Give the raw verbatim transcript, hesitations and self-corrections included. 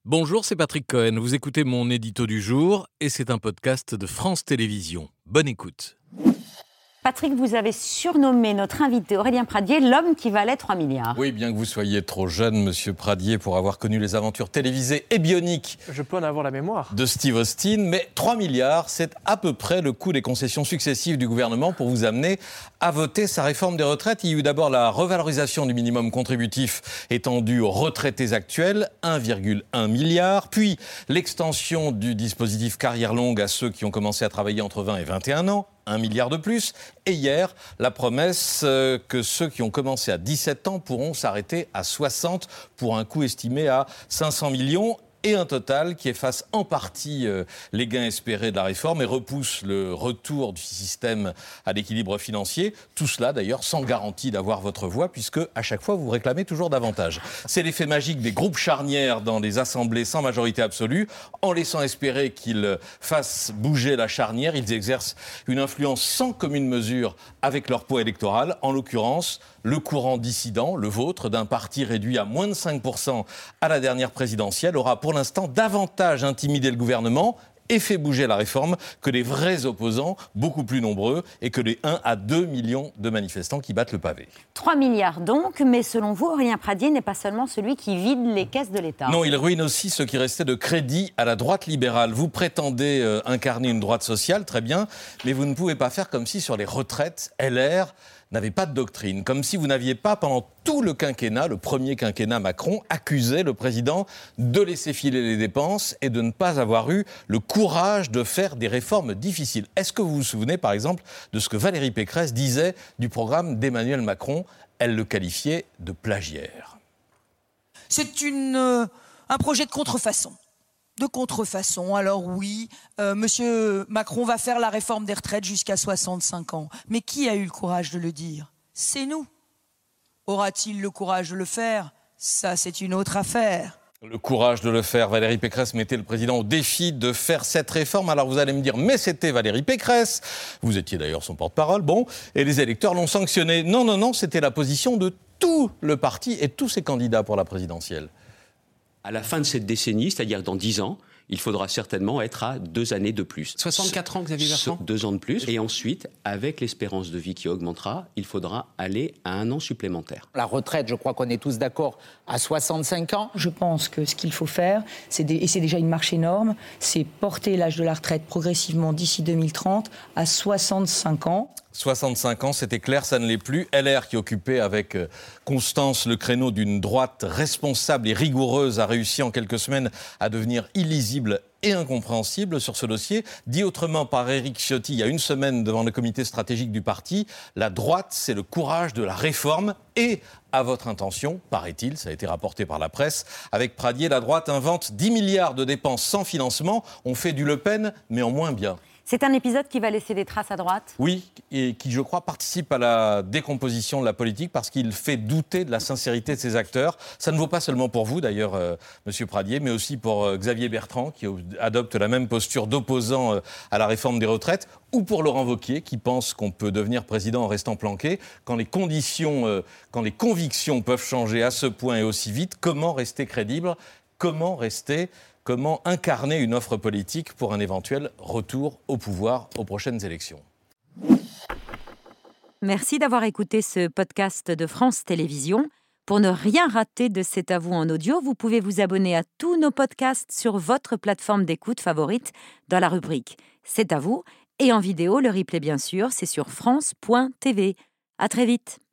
Bonjour, c'est Patrick Cohen. Vous écoutez mon édito du jour et c'est un podcast de France Télévisions. Bonne écoute. Patrick, vous avez surnommé notre invité Aurélien Pradier l'homme qui valait trois milliards. Oui, bien que vous soyez trop jeune, monsieur Pradier, pour avoir connu les aventures télévisées et bioniques. Je peux en avoir la mémoire. De Steve Austin, mais trois milliards, c'est à peu près le coût des concessions successives du gouvernement pour vous amener à voter sa réforme des retraites. Il y a eu d'abord la revalorisation du minimum contributif étendue aux retraités actuels, un virgule un milliard, puis l'extension du dispositif carrière longue à ceux qui ont commencé à travailler entre vingt et vingt et un ans. Un milliard de plus. Et hier, la promesse euh, que ceux qui ont commencé à dix-sept ans pourront s'arrêter à soixante pour un coût estimé à cinq cents millions. Et un total qui efface en partie euh, les gains espérés de la réforme et repousse le retour du système à l'équilibre financier. Tout cela d'ailleurs sans garantie d'avoir votre voix puisque à chaque fois vous réclamez toujours davantage. C'est l'effet magique des groupes charnières dans les assemblées sans majorité absolue. En laissant espérer qu'ils fassent bouger la charnière, ils exercent une influence sans commune mesure avec leur poids électoral. En l'occurrence, le courant dissident, le vôtre, d'un parti réduit à moins de cinq pour cent à la dernière présidentielle, aura pour l'instant davantage intimidé le gouvernement et fait bouger la réforme que les vrais opposants, beaucoup plus nombreux, et que les un à deux millions de manifestants qui battent le pavé. trois milliards donc, mais selon vous, Aurélien Pradier n'est pas seulement celui qui vide les caisses de l'État. Non, il ruine aussi ce qui restait de crédit à la droite libérale. Vous prétendez euh, incarner une droite sociale, très bien, mais vous ne pouvez pas faire comme si sur les retraites, L R n'avait pas de doctrine, comme si vous n'aviez pas, pendant tout le quinquennat, le premier quinquennat Macron, accusé le président de laisser filer les dépenses et de ne pas avoir eu le courage de faire des réformes difficiles. Est-ce que vous vous souvenez, par exemple, de ce que Valérie Pécresse disait du programme d'Emmanuel Macron ? Elle le qualifiait de plagiaire. C'est une, euh, un projet de contrefaçon. De contrefaçon. Alors oui, euh, Monsieur Macron va faire la réforme des retraites jusqu'à soixante-cinq ans. Mais qui a eu le courage de le dire ? C'est nous. Aura-t-il le courage de le faire ? Ça, c'est une autre affaire. Le courage de le faire. Valérie Pécresse mettait le président au défi de faire cette réforme. Alors vous allez me dire, mais c'était Valérie Pécresse. Vous étiez d'ailleurs son porte-parole. Bon, et les électeurs l'ont sanctionné. Non, non, non, c'était la position de tout le parti et tous ses candidats pour la présidentielle. À la fin de cette décennie, c'est-à-dire dans dix ans, il faudra certainement être à deux années de plus. soixante-quatre ans, Xavier Bertrand ? Deux ans de plus. Et ensuite, avec l'espérance de vie qui augmentera, il faudra aller à un an supplémentaire. La retraite, je crois qu'on est tous d'accord, à soixante-cinq ans. Je pense que ce qu'il faut faire, c'est des, et c'est déjà une marche énorme, c'est porter l'âge de la retraite progressivement d'ici deux mille trente à soixante-cinq ans. soixante-cinq ans, c'était clair, ça ne l'est plus. L R, qui occupait avec constance le créneau d'une droite responsable et rigoureuse, a réussi en quelques semaines à devenir illisible et incompréhensible sur ce dossier. Dit autrement par Éric Ciotti, il y a une semaine devant le comité stratégique du parti, la droite, c'est le courage de la réforme et à votre intention, paraît-il, ça a été rapporté par la presse, avec Pradier, la droite invente dix milliards de dépenses sans financement. On fait du Le Pen, mais en moins bien. C'est un épisode qui va laisser des traces à droite ? Oui, et qui, je crois, participe à la décomposition de la politique parce qu'il fait douter de la sincérité de ses acteurs. Ça ne vaut pas seulement pour vous, d'ailleurs, euh, Monsieur Pradier, mais aussi pour euh, Xavier Bertrand, qui adopte la même posture d'opposant euh, à la réforme des retraites, ou pour Laurent Wauquiez, qui pense qu'on peut devenir président en restant planqué. Quand les conditions, euh, quand les convictions peuvent changer à ce point et aussi vite, comment rester crédible ? Comment rester... Comment incarner une offre politique pour un éventuel retour au pouvoir aux prochaines élections ? Merci d'avoir écouté ce podcast de France Télévisions. Pour ne rien rater de C'est à vous en audio, vous pouvez vous abonner à tous nos podcasts sur votre plateforme d'écoute favorite dans la rubrique C'est à vous. Et en vidéo, le replay bien sûr, c'est sur France point T V. À très vite.